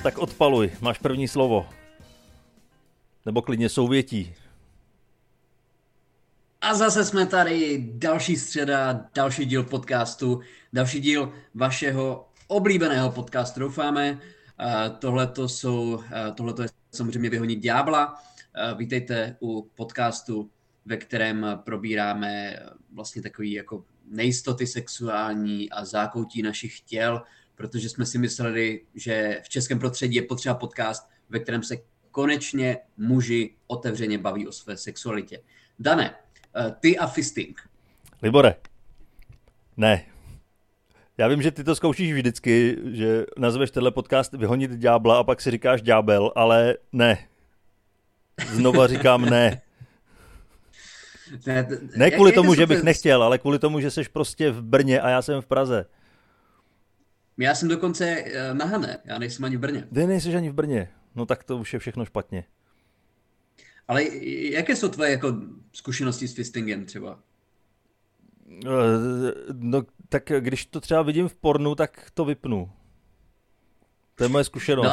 Tak odpaluj, máš první slovo. Nebo klidně souvětí. A zase jsme tady, další středa, další díl podcastu, další díl vašeho oblíbeného podcastu, doufáme. Tohleto je samozřejmě Vyhonit ďábla. Vítejte u podcastu, ve kterém probíráme vlastně takový jako nejistoty sexuální a zákoutí našich těl, protože jsme si mysleli, že v českém prostředí je potřeba podcast, ve kterém se konečně muži otevřeně baví o své sexualitě. Dane, ty a fisting. Libore, ne. Já vím, že ty to zkoušíš vždycky, že nazveš tenhle podcast Vyhonit ďábla a pak si říkáš ďábel, ale ne. Znova říkám ne. Ne kvůli tomu, že bych nechtěl, ale kvůli tomu, že seš prostě v Brně a já jsem v Praze. Já jsem dokonce na Hané, já nejsem ani v Brně. Ty nejseš ani v Brně, no tak to už je všechno špatně. Ale jaké jsou tvoje jako zkušenosti s fistingem třeba? No tak když to třeba vidím v pornu, tak to vypnu. To je moje zkušenost.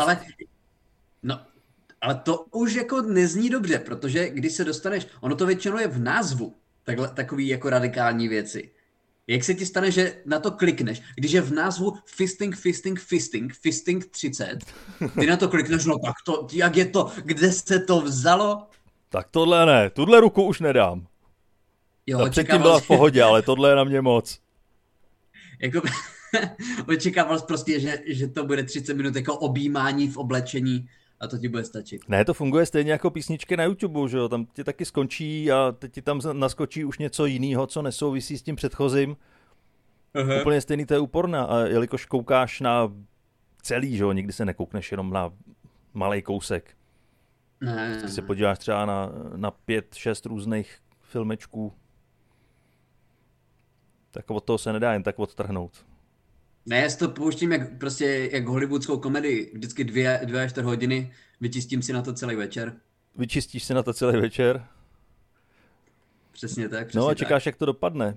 Ale to už jako nezní dobře, protože když se dostaneš, ono to většinou je v názvu, takový jako radikální věci. Jak se ti stane, že na to klikneš? Když je v názvu fisting 30, ty na to klikneš, no tak to, jak je to, kde se to vzalo? Tak tohle ne, tuhle ruku už nedám. Jo, předtím byla v pohodě, ale tohle je na mě moc. Jako, očekával jsi prostě, že to bude 30 minut jako objímání v oblečení a to ti bude stačit. Ne, to funguje stejně jako písničky na YouTube, že jo? Tam ti taky skončí a teď ti tam naskočí už něco jiného, co nesouvisí s tím předchozím. Aha. Úplně stejný to je u porna, a jelikož koukáš na celý, že jo? Nikdy se nekoukneš jenom na malej kousek. Když se podíváš třeba na 5-6 různých filmečků, tak od toho se nedá jen tak odtrhnout. Ne, já si to pouštím jak hollywoodskou komedii. Vždycky 2 až 4 hodiny, vyčistím si na to celý večer. Vyčistíš si na to celý večer? Přesně tak. No a čekáš, jak to dopadne.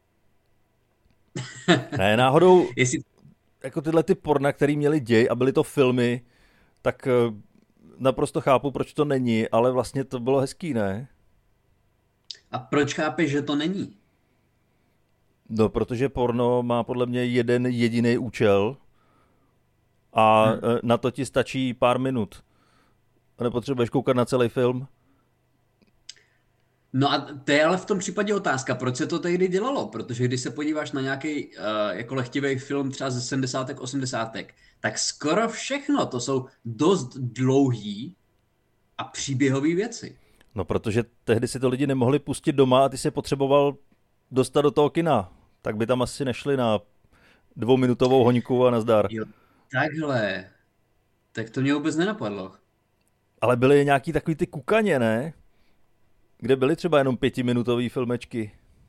Ne, náhodou, jako tyhle ty porna, který měli děj a byly to filmy, tak naprosto chápu, proč to není, ale vlastně to bylo hezký, ne? A proč chápeš, že to není? No, protože porno má podle mě jeden jediný účel a na to ti stačí pár minut. A nepotřebuješ koukat na celý film. No a to je ale v tom případě otázka, proč se to tehdy dělalo? Protože když se podíváš na nějaký jako lehtivý film třeba ze 70. 80. tak skoro všechno to jsou dost dlouhý a příběhové věci. No, protože tehdy si to lidi nemohli pustit doma a ty se potřeboval dostat do toho kina. Tak by tam asi nešli na 2minutovou hoňku a nazdar. Jo, takhle. Tak to mě vůbec nenapadlo. Ale byly nějaký takový ty kukaně, ne? Kde byly třeba jenom 5minutový filmečky.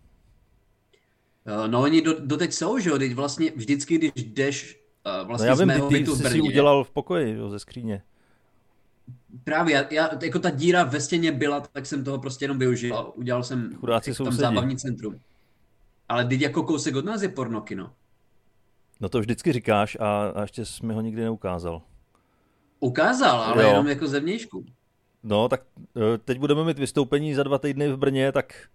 No oni doteď jsou, že jo? Teď vlastně vždycky, když jdeš vlastně no z mého bytu v Brně. Brně. Ty jsi udělal v pokoji, jo, ze skříně. Právě, já jako ta díra ve stěně byla, tak jsem toho prostě jenom využil. Udělal jsem tam zábavní centrum. Ale teď jako kousek od nás je pornokino. No to vždycky říkáš a ještě jsi mi ho nikdy neukázal. Ukázal, ale jenom jako zevnějšku. No, tak teď budeme mít vystoupení za 2 týdny v Brně, tak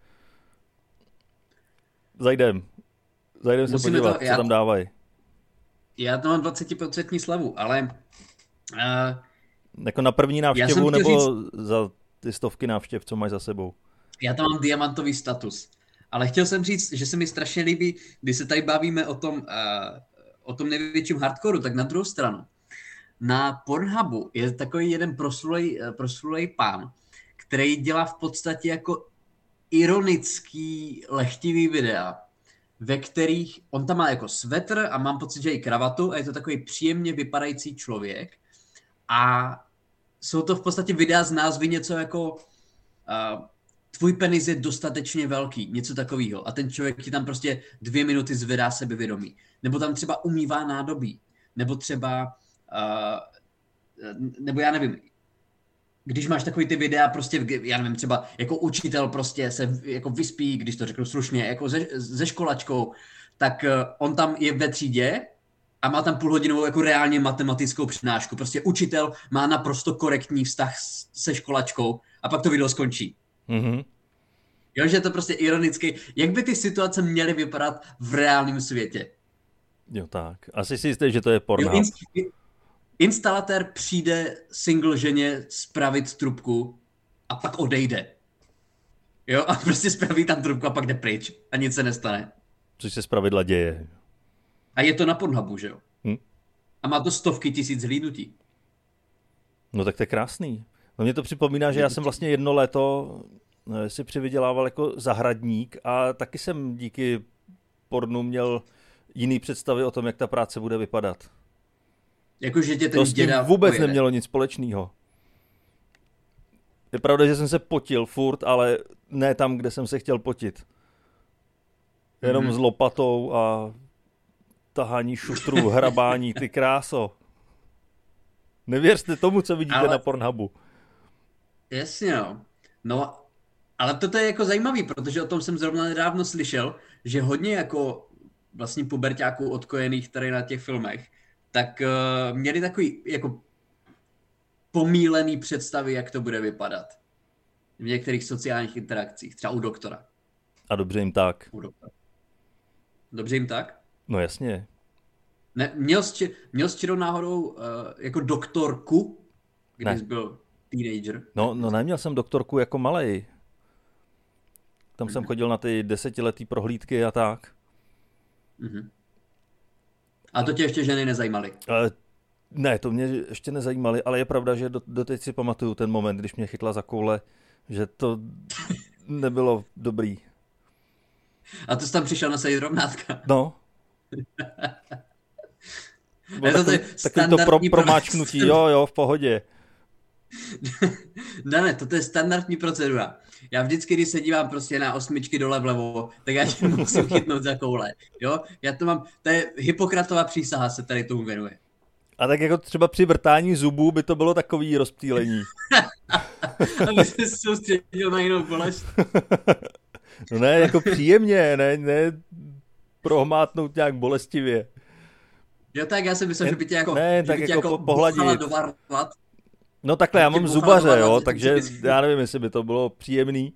zajdem se podívat, co tam dávají. Já tam mám 20% slavu, ale... jako na první návštěvu nebo za ty 100 návštěv, co máš za sebou? Já tam mám diamantový status. Ale chtěl jsem říct, že se mi strašně líbí, když se tady bavíme o tom největším hardcoreu, tak na druhou stranu. Na Pornhubu je takový jeden proslulej pán, který dělá v podstatě jako ironický, lehtivý videa, ve kterých on tam má jako svetr a mám pocit, že i kravatu a je to takový příjemně vypadající člověk a jsou to v podstatě videa z názvy něco jako tvůj penis je dostatečně velký, něco takového. A ten člověk ti tam prostě 2 minuty zvedá sebevědomí. Nebo tam třeba umývá nádobí. Nebo třeba, nebo já nevím, když máš takový ty videa prostě, já nevím, třeba jako učitel prostě se jako vyspí, když to řeknu slušně, jako se školačkou, tak on tam je ve třídě a má tam půlhodinovou jako reálně matematickou přednášku. Prostě učitel má naprosto korektní vztah se školačkou a pak to video skončí. Mm-hmm. Jo, že je to prostě ironicky. Jak by ty situace měly vypadat v reálném světě? Jo, tak. Asi si jistý, že to je Pornhub. Instalatér přijde single ženě spravit trubku a pak odejde. Jo, a prostě spraví tam trubku a pak jde pryč a nic se nestane. Což se zpravidla děje. A je to na Pornhubu, že jo? A má to stovky tisíc zhlídnutí. No tak to je krásný. No mě to připomíná, že já jsem vlastně jedno léto si přivydělával jako zahradník a taky jsem díky pornu měl jiný představy o tom, jak ta práce bude vypadat. Jako, že tě ten to s tím děda vůbec pojede. Nemělo nic společného. Je pravda, že jsem se potil furt, ale ne tam, kde jsem se chtěl potit. Jenom s lopatou a tahání šutrů, hrabání, ty kráso. Nevěřte tomu, co vidíte na Pornhubu. Jasně, no. No, ale toto je jako zajímavý, protože o tom jsem zrovna nedávno slyšel, že hodně jako vlastně puberťáků odkojených tady na těch filmech, tak měli takový jako pomílený představy, jak to bude vypadat. V některých sociálních interakcích, třeba u doktora. A dobře jim tak. Dobře jim tak? No jasně. Ne, měl jsi čirou náhodou jako doktorku, když byl teenager? No neměl jsem doktorku jako malej. Tam jsem chodil na ty 10letý prohlídky a tak. A to tě ještě ženy nezajímaly? Ne, to mě ještě nezajímaly, ale je pravda, že doteď si pamatuju ten moment, když mě chytla za koule, že to nebylo dobrý. A to jsi tam přišel na sejít rovnátka? No. Takový to promáčknutí, jo, v pohodě. Ne, toto je standardní procedura. Já vždycky, když se dívám prostě na 8 dole vlevo, tak já tě musím chytnout za koule. Jo? Já to mám, to je Hippokratová přísaha, se tady tomu věnuje. A tak jako třeba při vrtání zubů by to bylo takový rozptýlení. Aby se soustředil na jinou bolest. No ne, jako příjemně, ne prohmátnout nějak bolestivě. Jo, tak já jsem myslel, že by tě jako, ne, tak jako pohladit. Dovarvat. No takhle, já mám zubaře, jo, takže já nevím, jestli by to bylo příjemný.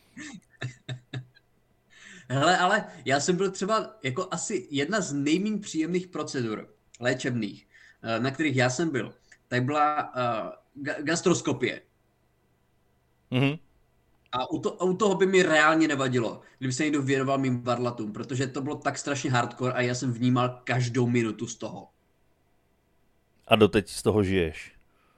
Hele, ale já jsem byl třeba jako asi jedna z nejméně příjemných procedur léčebných, na kterých já jsem byl, tak byla gastroskopie. Mhm. A u toho by mi reálně nevadilo, kdyby se někdo věnoval mým varlatům, protože to bylo tak strašně hardcore a já jsem vnímal každou minutu z toho. A doteď z toho žiješ?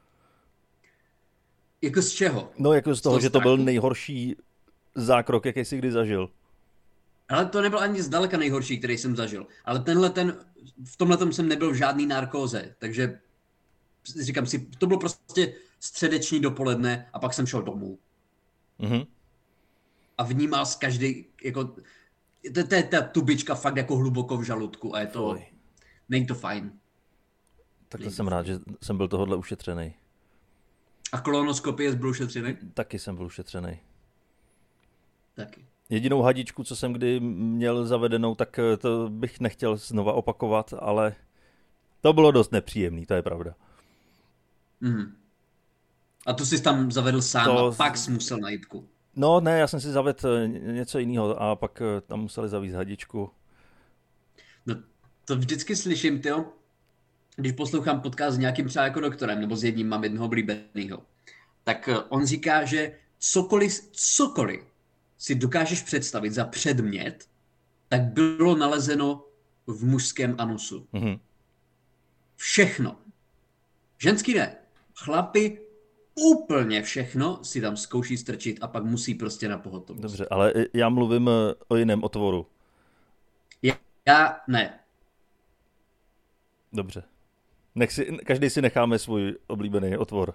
Jako z čeho? No jako z toho, že to byl nejhorší zákrok, jaký jsi kdy zažil. Ale to nebyl ani zdaleka nejhorší, který jsem zažil. Ale v tomhletom jsem nebyl v žádný narkóze, takže říkám si, to bylo prostě středeční dopoledne a pak jsem šel domů. Mhm. A vnímal z každý, jako, to je ta tubička fakt jako hluboko v žaludku a je to, není to fajn. Tak to jsem rád, že jsem byl tohodle ušetřený. A kolonoskopie byl ušetřený? Taky jsem byl ušetřený. Taky. Jedinou hadičku, co jsem kdy měl zavedenou, tak to bych nechtěl znova opakovat, ale to bylo dost nepříjemný, to je pravda. Mhm. A to jsi tam zavedl sám a pak jsi musel na jibku. No ne, já jsem si zavedl něco jiného a pak tam museli zavíst hadičku. No to vždycky slyším, tyjo, když poslouchám podcast s nějakým třeba jako doktorem, nebo s jedním mám jednoho oblíbenýho, tak on říká, že cokoliv si dokážeš představit za předmět, tak bylo nalezeno v mužském anusu. Mhm. Všechno. Ženský ne. Chlapi úplně všechno si tam zkouší strčit a pak musí prostě na pohotovost. Dobře, ale já mluvím o jiném otvoru. Já ne. Dobře. Každý si necháme svůj oblíbený otvor.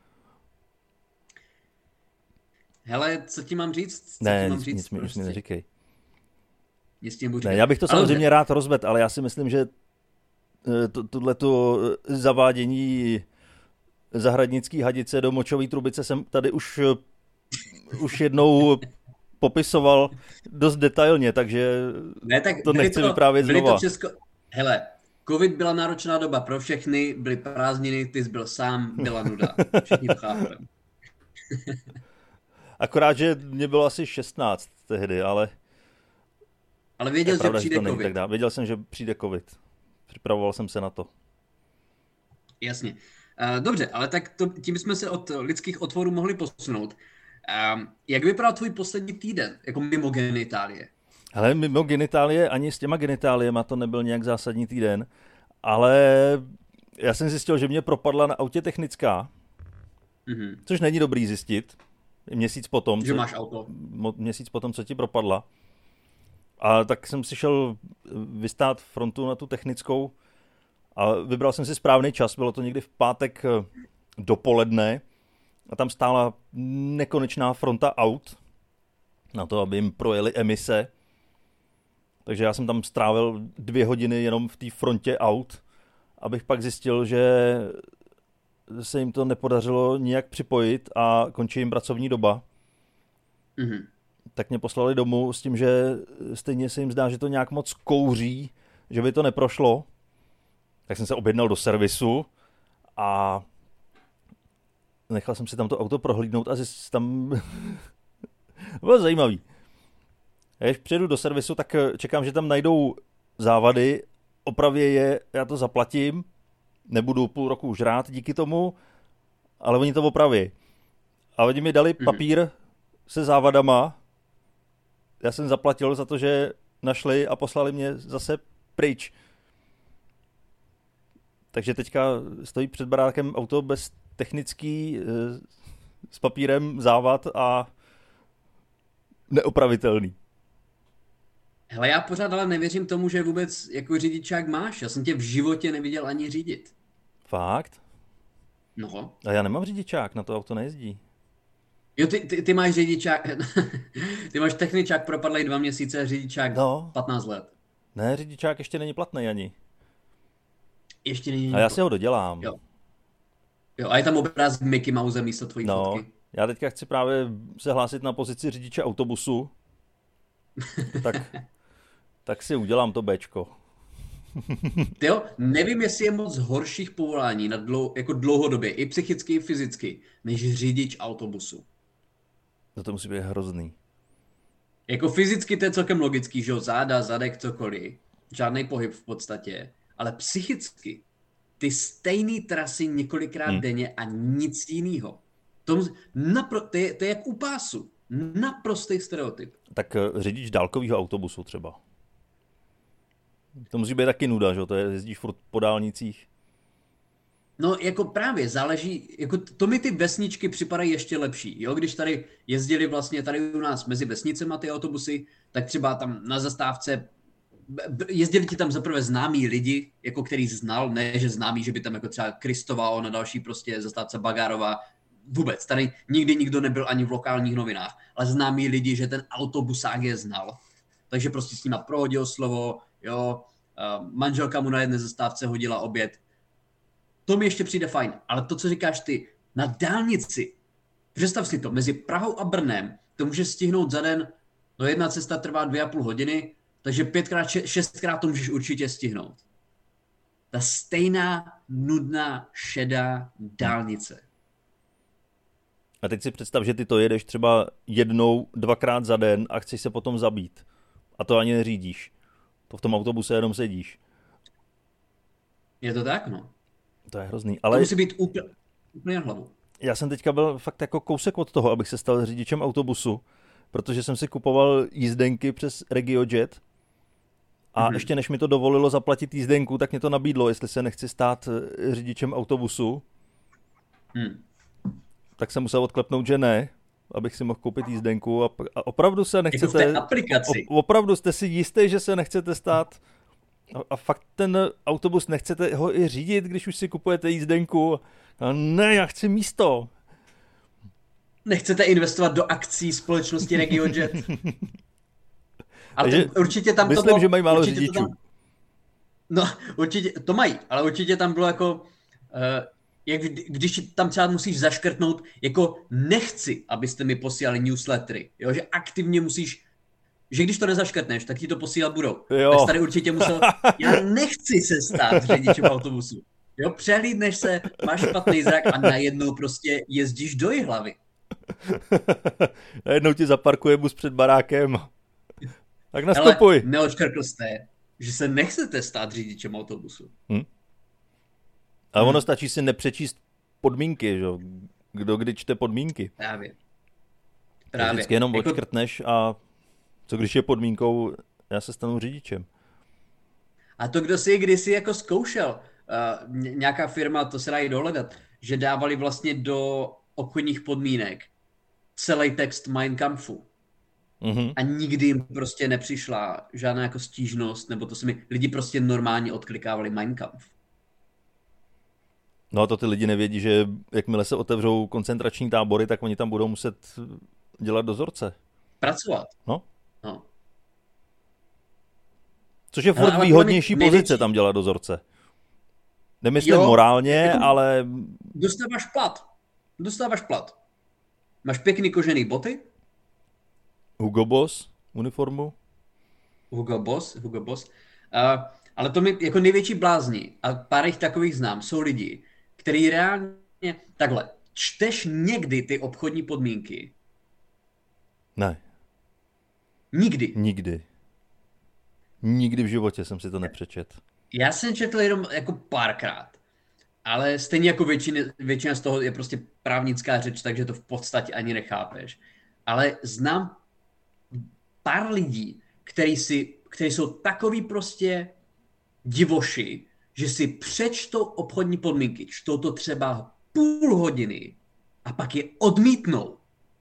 Hele, co ti mám říct? Nic mi už neříkej. Ne, já bych to samozřejmě rád rozvedl, ale já si myslím, že tohleto zavádění zahradnický hadice do močové trubice jsem tady už jednou popisoval dost detailně, takže ne, tak to nechci vyprávět znova. Hele, Covid byla náročná doba pro všechny, byly prázdniny, ty jsi byl sám, byla nuda. Všichni to chápeme. Akorát, že mě bylo asi 16 tehdy, ale... Ale věděl, že přijde covid. Věděl jsem, že přijde covid. Připravoval jsem se na to. Jasně. Dobře, ale tak tím jsme se od lidských otvorů mohli posunout. Jak vypadal tvůj poslední týden, jako mimo genitálie? Ale mimo genitálie, ani s těma genitáliema to nebyl nějak zásadní týden, ale já jsem zjistil, že mě propadla na autě technická, což není dobrý zjistit. Měsíc potom, že máš auto. Měsíc potom, co ti propadla. A tak jsem si šel vystát frontu na tu technickou a vybral jsem si správný čas, bylo to někdy v pátek dopoledne a tam stála nekonečná fronta aut na to, aby jim projeli emise. Takže já jsem tam strávil 2 hodiny jenom v té frontě aut, abych pak zjistil, že se jim to nepodařilo nijak připojit a končí jim pracovní doba. Mm-hmm. Tak mě poslali domů s tím, že stejně se jim zdá, že to nějak moc kouří, že by to neprošlo. Tak jsem se objednal do servisu a nechal jsem si tam to auto prohlídnout a tam... bylo zajímavý. Když přijedu do servisu, tak čekám, že tam najdou závady, opravě je, já to zaplatím, nebudu půl roku žrát díky tomu, ale oni to opraví. A oni mi dali papír se závadama, já jsem zaplatil za to, že našli a poslali mě zase pryč. Takže teďka stojí před barákem auto bez technický, s papírem závad a neopravitelný. Hele, já pořád ale nevěřím tomu, že vůbec jako řidičák máš. Já jsem tě v životě neviděl ani řídit. Fakt? No. A já nemám řidičák, na to auto nejezdí. Jo, ty máš řidičák, ty máš techničák propadlej 2 měsíce, řidičák 15 let. Ne, řidičák ještě není platný ani. Ještě není. A já si ho dodělám. Jo, a je tam obrázek Mickey Mouse místo tvojí fotky. Já teďka chci právě se hlásit na pozici řidiče autobusu. tak si udělám to Bčko. Jo, nevím, jestli je moc horších povolání jako dlouhodobě, i psychicky, i fyzicky, než řidič autobusu. No to musí být hrozný. Jako fyzicky to je celkem logický, že jo, záda, zadek, cokoliv. Žádný pohyb v podstatě. Ale psychicky ty stejný trasy několikrát denně a nic jinýho. To je jak u pásu. Naprostý stereotyp. Tak řidič dálkového autobusu třeba. To musí být taky nuda, že? To jezdíš furt po dálnicích. No jako právě záleží, jako to mi ty vesničky připadají ještě lepší. Jo? Když tady jezdili vlastně tady u nás mezi vesnicema ty autobusy, tak třeba tam na zastávce jezdili ti tam zaprvé známí lidi, jako který znal, ne že známí, že by tam jako třeba Kristová, na další prostě zastávce Bagárová. Vůbec, tady nikdy nikdo nebyl ani v lokálních novinách, ale známí lidi, že ten autobusák je znal. Takže prostě s nima prohodil slovo, jo, manželka mu na jedné zastávce hodila oběd. To mi ještě přijde fajn, ale to, co říkáš ty, na dálnici, představ si to, mezi Prahou a Brnem, to může stihnout za den, no jedna cesta trvá 2,5 hodiny, takže 5x, 6x to můžeš určitě stihnout. Ta stejná, nudná, šedá dálnice. A teď si představ, že ty to jedeš třeba 1-2krát za den a chceš se potom zabít. A to ani neřídíš. To v tom autobuse jenom sedíš. Je to tak, no. To je hrozný. Ale to musí být úplně na hlavu. Já jsem teďka byl fakt jako kousek od toho, abych se stal řidičem autobusu, protože jsem si kupoval jízdenky přes RegioJet a ještě než mi to dovolilo zaplatit jízdenku, tak mě to nabídlo, jestli se nechci stát řidičem autobusu. Tak jsem musel odklepnout, že ne, abych si mohl koupit jízdenku a opravdu se nechcete... Jako v té aplikaci. Opravdu jste si jistý, že se nechcete stát... A fakt ten autobus nechcete ho i řídit, když už si kupujete jízdenku? A ne, já chci místo. Nechcete investovat do akcí společnosti RegioJet? Ale určitě tam myslím, to bylo... že mají málo řidičů. No, určitě, to mají, ale určitě tam bylo jako... jak když tam třeba musíš zaškrtnout, jako nechci, abyste mi posílali newslettery, jo? Že aktivně musíš že když to nezaškrtneš, tak ti to posílat budou. Jo. Tak tady určitě musel, já nechci se stát řidičem autobusu. Jo, přehlídneš se, máš špatný zrak a najednou prostě jezdíš do Jihlavy. Najednou ti zaparkuje bus před barákem. Tak nastupuj. Ale neodškrtl jste, že se nechcete stát řidičem autobusu. Ale ono stačí si nepřečíst podmínky, že? Kdo kdy čte podmínky. Právě. Vždycky jenom odškrtneš a co když je podmínkou, já se stanu řidičem. A to kdo si kdysi jako zkoušel, nějaká firma, to se dá i dohledat, že dávali vlastně do obchodních podmínek celý text Mein Kampfu. A nikdy jim prostě nepřišla žádná jako stížnost, nebo to se mi lidi prostě normálně odklikávali Mein Kampf. No a to ty lidi nevědí, že jakmile se otevřou koncentrační tábory, tak oni tam budou muset dělat dozorce. Pracovat. No. No. Což je furt výhodnější pozice tam dělat dozorce. Nemyslím morálně, jako ale... Dostáváš plat. Máš pěkný kožený boty. Hugo Boss uniformu. Hugo Boss. Ale to mi jako největší blázni, a pár jich takových znám, jsou lidi, kteří reálně... Takhle, čteš někdy ty obchodní podmínky? Ne. Nikdy v životě jsem si to nepřečet. Já jsem četl jenom jako párkrát, ale stejně jako většina z toho je prostě právnická řeč, takže to v podstatě ani nechápeš. Ale znám pár lidí, kteří jsou takový prostě divoši, že si přečtou obchodní podmínky, čtou to třeba půl hodiny a pak je odmítnou.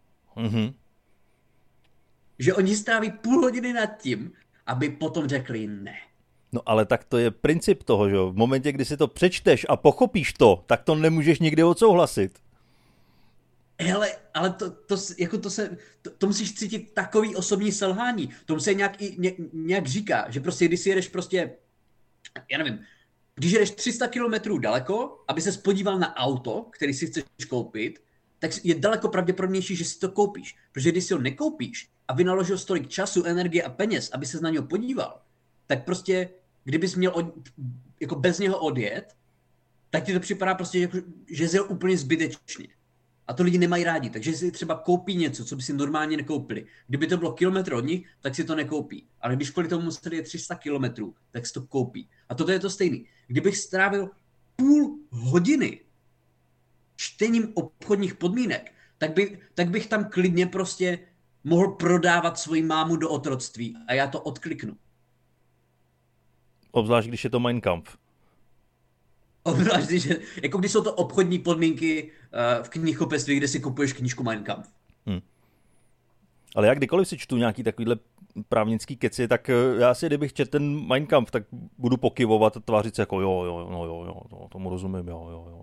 Že oni stráví půl hodiny nad tím, aby potom řekli ne. No ale tak to je princip toho, že jo. V momentě, kdy si to přečteš a pochopíš to, tak to nemůžeš nikdy odsouhlasit. Hele, ale to musíš cítit takový osobní selhání. Tomu se nějak říká, že prostě když si jedeš prostě, já nevím, když jedeš 300 kilometrů daleko, aby ses podíval na auto, který si chceš koupit, tak je daleko pravděpodobnější, že si to koupíš. Protože když si ho nekoupíš a vynaložil tolik času, energie a peněz, aby ses na něho podíval, tak prostě, kdybys měl jako bez něho odjet, tak ti to připadá prostě, že jsi úplně zbytečně. A to lidi nemají rádi, takže si třeba koupí něco, co by si normálně nekoupili. Kdyby to bylo kilometr od nich, tak si to nekoupí. Ale když kvůli tomu museli je 300 kilometrů, tak si to koupí. A toto je to stejný. Kdybych strávil půl hodiny čtením obchodních podmínek, tak bych tam klidně prostě mohl prodávat svoji mámu do otroctví a já to odkliknu. Obzvlášť, když je to Mein Kampf. Obzvlášť, jako když jsou to obchodní podmínky v knihkupectví, kde si kupuješ knížku Mein Kampf. Ale já kdykoliv si čtu nějaký takovýhle právnický keci, tak já si, kdybych četl ten Mein Kampf, tak budu pokyvovat a tvářit se jako jo, tomu rozumím, jo.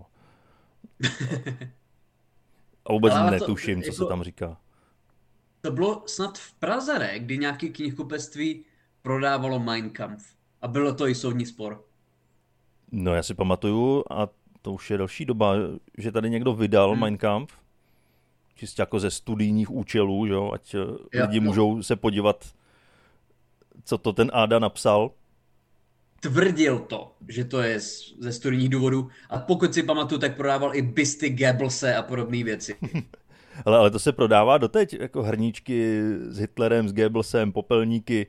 A vůbec netuším, co se tam říká. To bylo snad v Praze, ne? Kdy nějaký knihkupectví prodávalo Mein Kampf. A bylo to i soudní spor. No já si pamatuju, a to už je další doba, že tady někdo vydal Mein Kampf, čistě jako ze studijních účelů, jo? Ať lidi můžou se podívat, co to ten Áda napsal. Tvrdil to, že to je ze studijních důvodů, a pokud si pamatuju, tak prodával i bysty Goebbelse a podobné věci. ale to se prodává doteď, jako hrníčky s Hitlerem, s Goebbelsem, popelníky.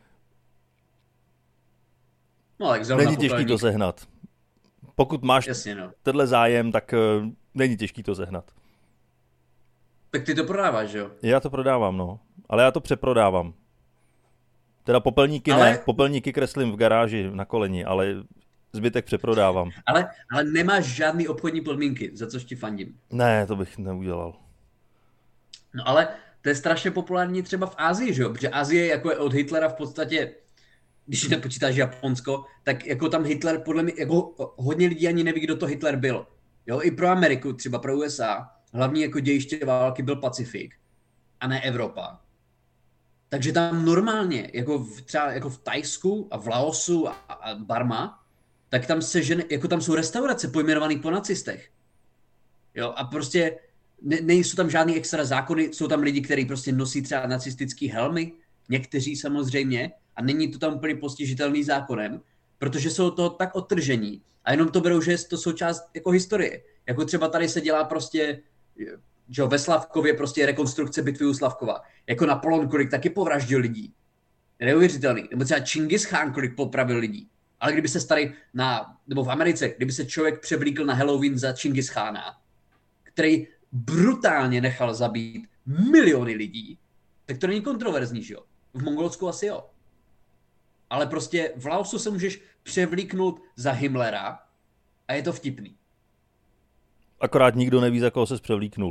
No, tak není těžký to sehnat. Pokud máš tenhle zájem, tak není těžký to sehnat. Tak ty to prodáváš, jo? Já to prodávám, no. Ale já to přeprodávám. Teda popelníky ne, popelníky kreslím v garáži na koleni, ale zbytek přeprodávám. Ale nemáš žádný obchodní podmínky, za což ti fandím. Ne, to bych neudělal. No ale to je strašně populární třeba v Asii, že jo? Protože Asie jako je od Hitlera v podstatě, když nepočítáš Japonsko, tak jako tam Hitler, podle mě, jako hodně lidí ani neví, kdo to Hitler byl. Jo, i pro Ameriku, třeba pro USA, hlavní jako dějiště války byl Pacifik a ne Evropa. Takže tam normálně, třeba jako v Thajsku a v Laosu a Barma, tak tam jako tam jsou restaurace pojmenované po nacistech. Jo, a prostě nejsou tam žádný extra zákony, jsou tam lidi, kteří prostě nosí třeba nacistický helmy, někteří samozřejmě, a není to tam úplně postižitelný zákonem, protože jsou to tak odtržení a jenom to berou, že je to součást jako historie. Jako třeba tady se dělá prostě, že ve Slavkově prostě rekonstrukce bitvy u Slavkova. Jako Napoleon, kolik taky povraždil lidí. Neuvěřitelný. Nebo třeba Čingis Chán, kolik popravil lidí. Ale kdyby se starý nebo v Americe, kdyby se člověk převlíkl na Halloween za Čingis Chána, který brutálně nechal zabít miliony lidí, tak to není kontroverzní, že jo? V Mongolsku asi jo. Ale prostě v Laosu se můžeš převlíknout za Himmlera a je to vtipný. Akorát nikdo neví, za koho ses převlíknul.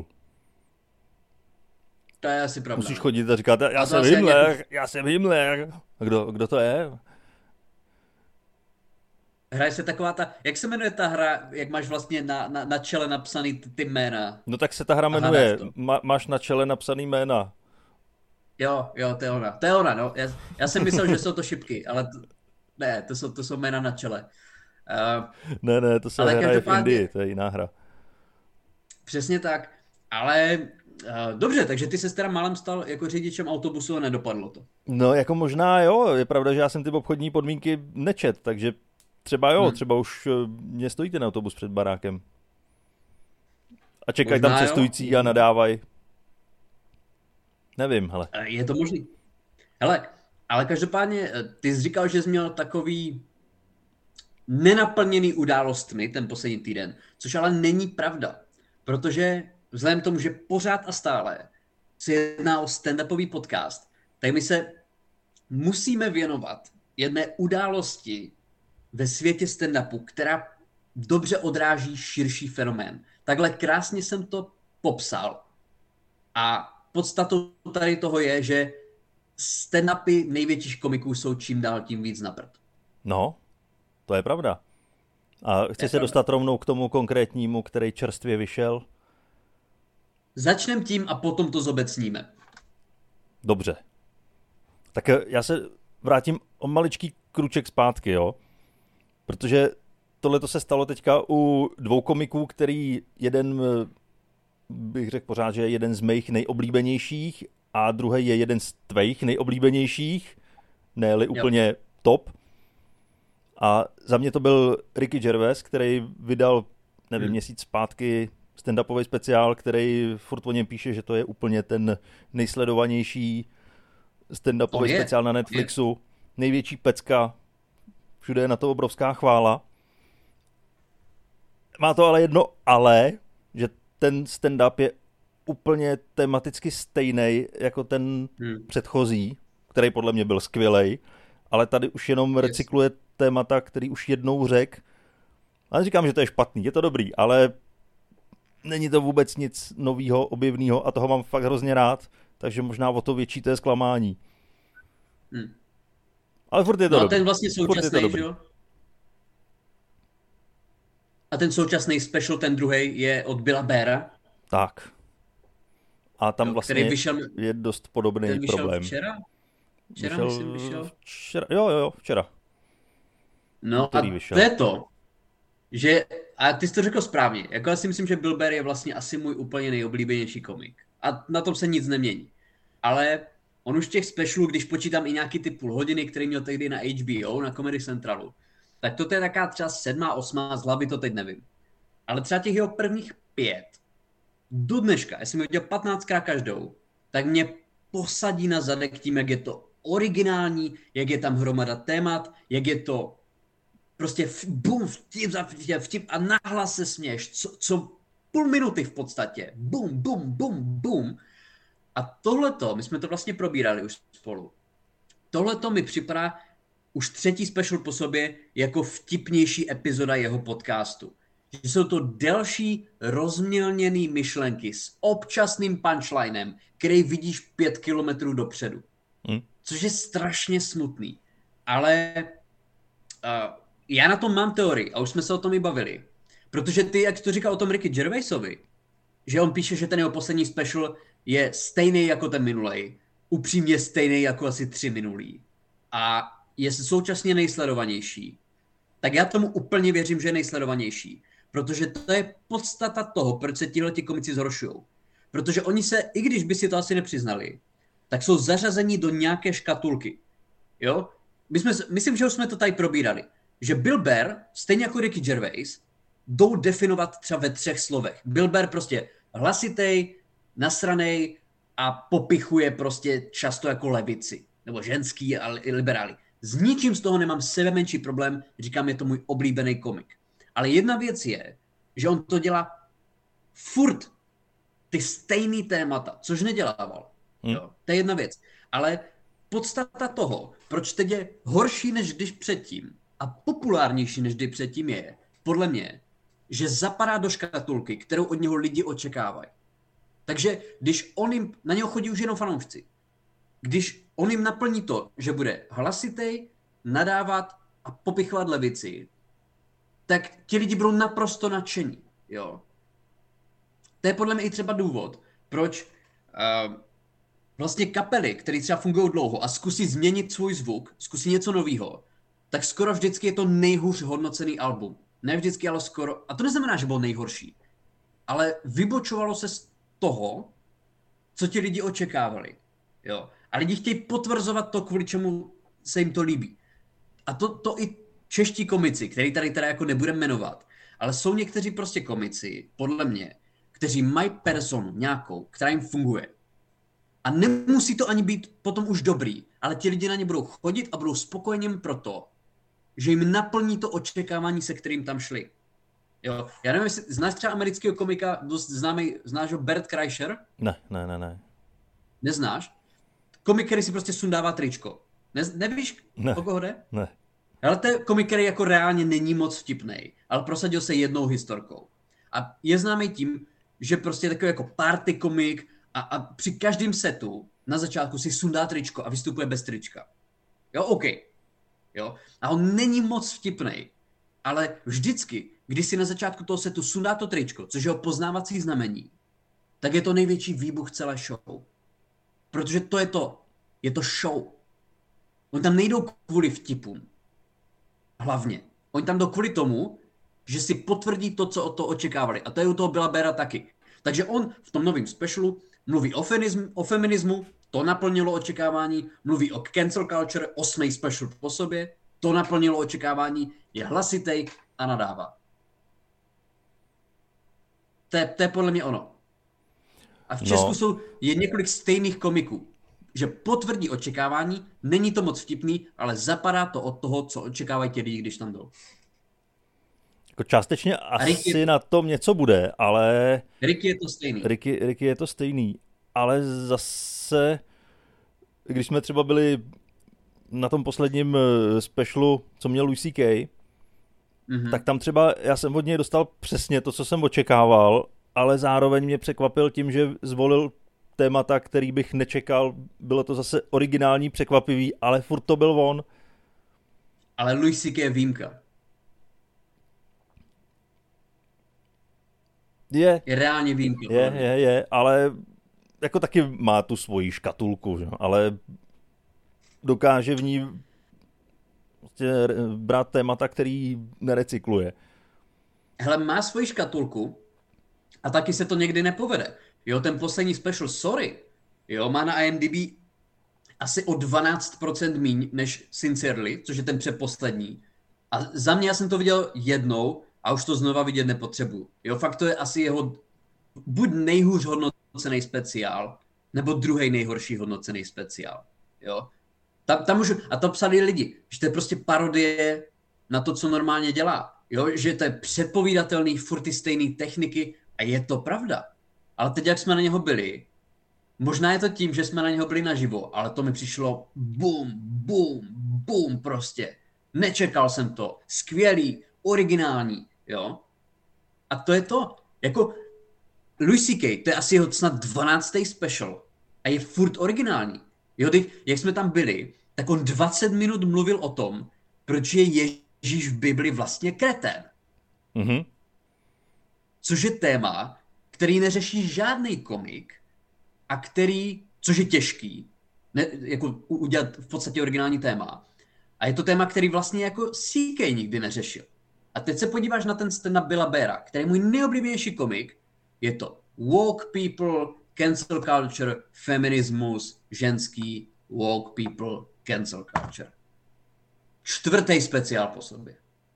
To je asi pravda. Musíš chodit a říkat, já jsem Himmler. A kdo to je? Hraje se taková ta, jak se jmenuje ta hra, jak máš vlastně na čele napsaný ty jména? No tak se ta hra jmenuje, máš na čele napsaný jména. Jo, to je ona, no. Já jsem myslel, že jsou to šipky, ale ne, to jsou jména na čele. Ne, to se hraje v Indii, to je jiná hra. Přesně tak, ale dobře, takže ty se teda málem stal jako řidičem autobusu a nedopadlo to. No jako možná jo, je pravda, že já jsem ty obchodní podmínky nečet, takže třeba jo, třeba už mě stojí ten autobus před barákem. A čekají tam cestující a nadávají. Nevím, hele. Je to možný. Hele, ale každopádně ty jsi říkal, že jsi měl takový nenaplněný událostmi ten poslední týden, což ale není pravda, protože vzhledem k tomu, že pořád a stále se jedná o stand-upový podcast, tak my se musíme věnovat jedné události ve světě stand-upu, která dobře odráží širší fenomén. Takhle krásně jsem to popsal. A podstatou tady toho je, že stand-upy největších komiků jsou čím dál tím víc na prd. No, to je pravda. A chci se dostat rovnou k tomu konkrétnímu, který čerstvě vyšel? Začneme tím a potom to zobecníme. Dobře. Tak já se vrátím o maličký kruček zpátky, jo? Protože tohleto se stalo teďka u dvou komiků, který jeden, bych řekl pořád, že je jeden z mých nejoblíbenějších a druhý je jeden z tvých nejoblíbenějších, ne-li úplně top. A za mě to byl Ricky Gervais, který vydal, nevím, měsíc zpátky stand-upový speciál, který furt o něm píše, že to je úplně ten nejsledovanější stand-upový speciál na Netflixu. Největší pecka, všude je na to obrovská chvála. Má to ale jedno ale, že ten stand-up je úplně tematicky stejný jako ten předchozí, který podle mě byl skvělej, ale tady už jenom recykluje témata, který už jednou řekl. Ale říkám, že to je špatný, je to dobrý, ale není to vůbec nic novýho, objevného a toho mám fakt hrozně rád, takže možná o to větší to je zklamání. Ale furt je to dobrý. A ten vlastně současný, že jo? A ten současný special, ten druhý, je od Billa Beara. Tak. A tam vlastně je dost podobný problém. Včera, myslím, vyšel. Jo, včera. No a to je to, že, a ty jsi to řekl správně, jako já si myslím, že Bill Bear je vlastně asi můj úplně nejoblíbenější komik. A na tom se nic nemění. Ale on už těch specialů, když počítám i nějaký ty půl hodiny, který měl tehdy na HBO, na Comedy Centralu, tak to je taká třeba 7., 8. z hlavy, to teď nevím. Ale třeba těch jeho prvních 5, do dneška, jestli mi udělal 15krát každou, tak mě posadí na zadek tím, jak je to originální, jak je tam hromada témat, jak je to prostě bum, vtip a nahlas se směš, co půl minuty v podstatě, bum. A tohleto, my jsme to vlastně probírali už spolu, tohleto mi připadá už 3. special po sobě jako vtipnější epizoda jeho podcastu. Že jsou to delší rozmělněný myšlenky s občasným punchlinem, který vidíš 5 kilometrů dopředu. Což je strašně smutný. Ale já na tom mám teorii a už jsme se o tom i bavili. Protože ty, jak jsi to říkal o tom Ricky Gervaisovi, že on píše, že ten jeho poslední special je stejný jako ten minulej. Upřímně stejný jako asi 3 minulý. A je současně nejsledovanější. Tak já tomu úplně věřím, že je nejsledovanější. Protože to je podstata toho, proč se tihleti komici zhoršujou. Protože oni se, i když by si to asi nepřiznali, tak jsou zařazeni do nějaké škatulky. Jo? Myslím, že už jsme to tady probírali. Že Bill Burr, stejně jako Ricky Gervais, jdou definovat třeba ve 3 slovech. Bill Burr prostě hlasitej, nasranej a popichuje prostě často jako levici. Nebo ženský a liberály. S ničím z toho nemám sebemenší problém, říkám, je to můj oblíbený komik. Ale jedna věc je, že on to dělá furt ty stejný témata, což nedělával. Jo, to je jedna věc. Ale podstata toho, proč teď je horší než když předtím a populárnější než kdy předtím je, podle mě, že zapadá do škatulky, kterou od něho lidi očekávají. Takže když na něho chodí už jenom fanoušci, když on jim naplní to, že bude hlasitej, nadávat a popichovat levici, tak ti lidi budou naprosto nadšení. Jo? To je podle mě i třeba důvod, proč vlastně kapely, které třeba fungují dlouho a zkusí změnit svůj zvuk, zkusí něco nového, tak skoro vždycky je to nejhůř hodnocený album. Ne vždycky, ale skoro. A to neznamená, že byl nejhorší. Ale vybočovalo se z toho, co ti lidi očekávali. Jo? A lidi chtějí potvrzovat to, kvůli čemu se jim to líbí. A to i čeští komici, který tady teda jako nebudeme jmenovat, ale jsou někteří prostě komici, podle mě, kteří mají personu nějakou, která jim funguje. A nemusí to ani být potom už dobrý, ale ti lidi na ně budou chodit a budou spokojeni proto, že jim naplní to očekávání, se kterým tam šli. Jo. Já nevím, jestli znáš třeba amerického komika, dost známý, znáš ho Bert Kreischer? Ne. Neznáš? Komik, který si prostě sundává tričko. Nevíš, o koho jde? Ne. Ale to je komik, který jako reálně není moc vtipnej, ale prosadil se jednou historkou. A je známý tím, že prostě je takový jako party komik a při každém setu na začátku si sundá tričko a vystupuje bez trička. Jo, OK. Jo? A on není moc vtipnej, ale vždycky, když si na začátku toho setu sundá to tričko, což je jeho poznávací znamení, tak je to největší výbuch celé show. Protože to je to. Je to show. Oni tam nejdou kvůli vtipům. Hlavně. Oni tam jdou kvůli tomu, že si potvrdí to, co od toho očekávali. A to je u toho Billa Burra taky. Takže on v tom novém specialu mluví o feminismu, to naplnilo očekávání, mluví o cancel culture, 8. special po sobě, to naplnilo očekávání, je hlasitej a nadává. To je podle mě ono. A v Česku je několik stejných komiků, že potvrdí očekávání, není to moc vtipný, ale zapadá to od toho, co očekávají ti lidi, když tam jdou. Jako částečně asi na tom něco bude, ale... Ricky je to stejný. Ricky je to stejný, ale zase, když jsme třeba byli na tom posledním specialu, co měl Louis C.K., tak tam třeba já jsem od něj dostal přesně to, co jsem očekával, ale zároveň mě překvapil tím, že zvolil témata, který bych nečekal. Bylo to zase originální, překvapivý, ale furt to byl on. Ale Louis C.K. je výjimka. Je reálně výjimka. Je, ale jako taky má tu svoji škatulku, že? Ale dokáže v ní brát témata, který nerecykluje. Hele, má svoji škatulku a taky se to někdy nepovede. Jo, ten poslední special, Sorry, jo, má na IMDb asi o 12% míň než Sincerely, což je ten předposlední. A za mě já jsem to viděl jednou a už to znova vidět nepotřebuji. Jo, fakt to je asi jeho buď nejhůř hodnocený speciál, nebo druhý nejhorší hodnocený speciál. Jo. Tam už, a to psali lidi, že to je prostě parodie na to, co normálně dělá. Jo, že to je předpovídatelný, furt ty stejné techniky a je to pravda. Ale teď, jak jsme na něho byli, možná je to tím, že jsme na něho byli naživo, ale to mi přišlo bum prostě. Nečekal jsem to. Skvělý, originální, jo. A to je to. Jako Louis C.K., to je asi jeho snad 12. special a je furt originální. Jo, teď, jak jsme tam byli, tak on 20 minut mluvil o tom, proč je Ježíš v Bibli vlastně kretén. Což je téma, který neřeší žádný komik a který, což je těžký, jako udělat v podstatě originální téma. A je to téma, který vlastně jako C.K. nikdy neřešil. A teď se podíváš na ten stand-up Billa Burra, který je můj nejoblíbenější komik, je to woke people, cancel culture, feminismus, ženský, woke people, cancel culture. 4. speciál po sobě.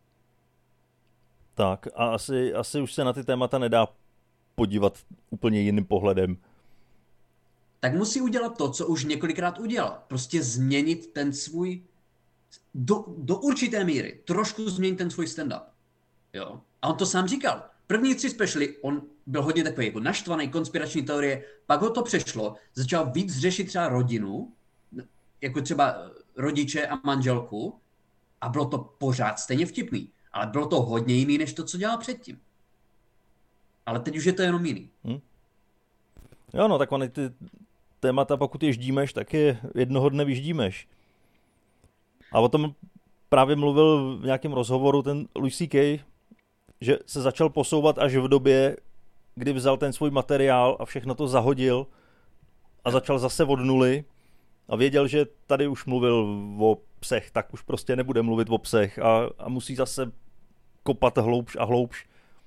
Tak a asi už se na ty témata nedá podívat úplně jiným pohledem. Tak musí udělat to, co už několikrát udělal. Prostě změnit ten svůj, do určité míry, trošku změnit ten svůj stand-up. Jo? A on to sám říkal. První 3 speciály, on byl hodně takový jako naštvaný, konspirační teorie, pak ho to přešlo, začal víc řešit třeba rodinu, jako třeba rodiče a manželku, a bylo to pořád stejně vtipný. Ale bylo to hodně jiný, než to, co dělal předtím. Ale teď už je to jenom jiný. Jo, no, tak ty témata, pokud je ždímeš, tak je jednoho dne vyždímeš. A o tom právě mluvil v nějakém rozhovoru ten Louis C.K., že se začal posouvat až v době, kdy vzal ten svůj materiál a všechno to zahodil a začal zase od nuly a věděl, že tady už mluvil o psech, tak už prostě nebude mluvit o psech a musí zase kopat hloubš a hloubš.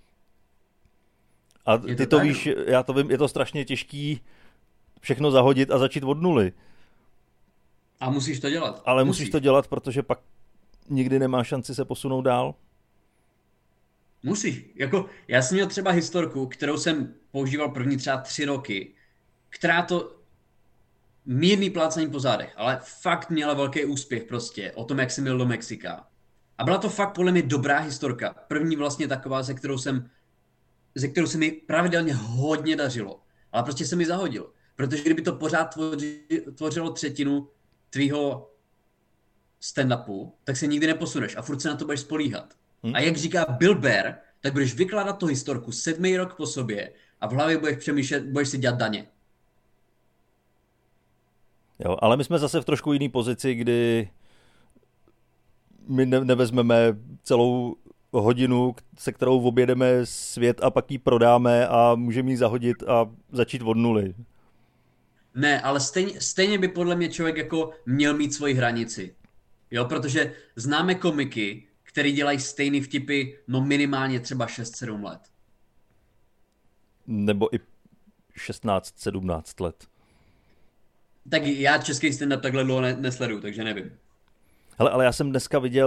A ty to víš, já to vím, je to strašně těžký všechno zahodit a začít od nuly. A musíš to dělat. Ale musíš to dělat, protože pak nikdy nemá šanci se posunout dál. Musíš. Jako, já jsem měl třeba historku, kterou jsem používal první třeba 3 roky, která to mírný plácení po zádech, ale fakt měla velký úspěch prostě o tom, jak jsem jel do Mexika. A byla to fakt podle mě dobrá historka. První vlastně taková, ze kterou se mi pravidelně hodně dařilo. Ale prostě se mi zahodil. Protože kdyby to pořád tvořilo 1/3 tvýho stand-upu, tak se nikdy neposuneš a furt se na to budeš spolíhat. A jak říká Bill Burr, tak budeš vykládat tu historku 7. rok po sobě a v hlavě budeš přemýšlet, budeš si dělat daně. Jo, ale my jsme zase v trošku jiný pozici, kdy my nevezmeme celou hodinu, se kterou objedeme svět a pak ji prodáme a můžeme ji zahodit a začít od nuly. Ne, ale stejně by podle mě člověk jako měl mít svoji hranici. Jo, protože známe komiky, který dělají stejný vtipy, no minimálně třeba 6-7 let. Nebo i 16-17 let. Tak já český stand-up takhle dlouho nesleduju, takže nevím. Hele, ale já jsem dneska viděl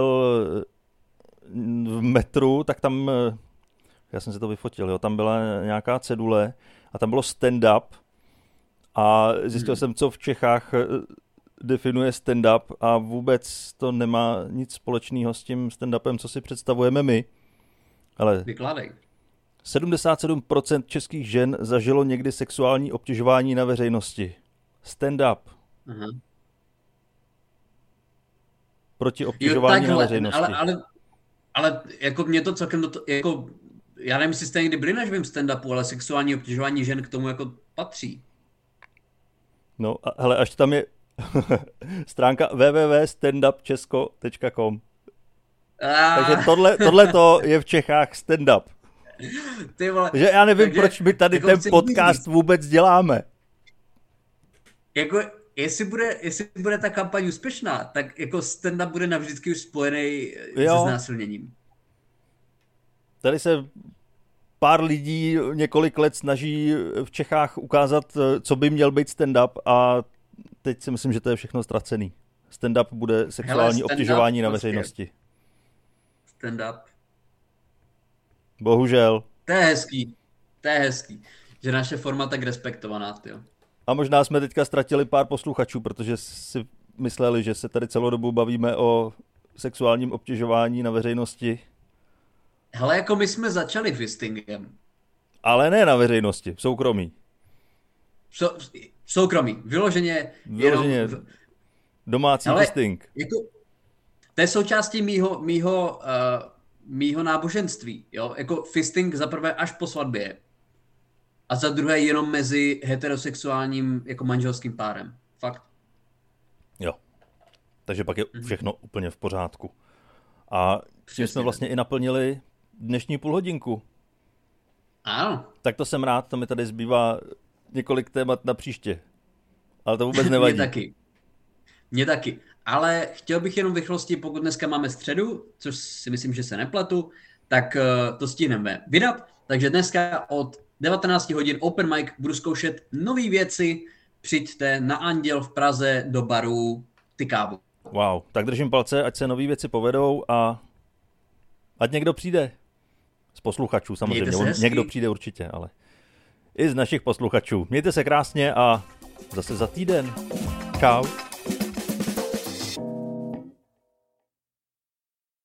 v metru, tak tam, já jsem si to vyfotil, jo, tam byla nějaká cedule a tam bylo stand-up a zjistil jsem, co v Čechách definuje stand-up a vůbec to nemá nic společného s tím stand-upem, co si představujeme my. Ale vykládej. 77% českých žen zažilo někdy sexuální obtěžování na veřejnosti. Stand-up. Uh-huh. Proti obtěžování na veřejnosti. Ale jako mě to celkem jako, já nevím, jestli jste někdy byli na živém stand-upu, ale sexuální obtěžování žen k tomu jako patří. No, hele, až tam je stránka www.standupčesko.com. Takže tohle to je v Čechách stand-up. Ty vole, že já nevím, proč my tady ten podcast vůbec děláme. Jako, jestli bude ta kampaň úspěšná, tak jako stand-up bude navždycky už spojený se znásilněním. Tady se pár lidí několik let snaží v Čechách ukázat, co by měl být stand-up a teď si myslím, že to je všechno ztracený. Stand-up bude sexuální obtěžování na veřejnosti. Stand-up. Bohužel. To je hezký. Že naše forma tak respektovaná, tyjo. A možná jsme teďka ztratili pár posluchačů, protože si mysleli, že se tady celou dobu bavíme o sexuálním obtěžování na veřejnosti. Hele, jako my jsme začali fistingem. Ale ne na veřejnosti, v soukromí. V soukromí, vyloženě domácí fisting. Jako, to je součástí mýho náboženství. Jo? Jako fisting za prvé až po svatbě. A za druhé jenom mezi heterosexuálním jako manželským párem. Fakt. Jo. Takže pak je všechno úplně v pořádku. A tím jsme vlastně i naplnili dnešní půlhodinku. Ano. Tak to jsem rád, to mi tady zbývá několik témat na příště. Ale to vůbec nevadí. Mně taky. Ale chtěl bych jenom v rychlosti, pokud dneska máme středu, což si myslím, že se nepletu, tak to stihneme vydat. Takže dneska od 19 hodin open mic, budu zkoušet nové věci, přijďte na Anděl v Praze do baru Ty kávu. Wow, tak držím palce, ať se nové věci povedou a ať někdo přijde. Z posluchačů samozřejmě, někdo přijde určitě, ale i z našich posluchačů. Mějte se krásně a zase za týden. Čau.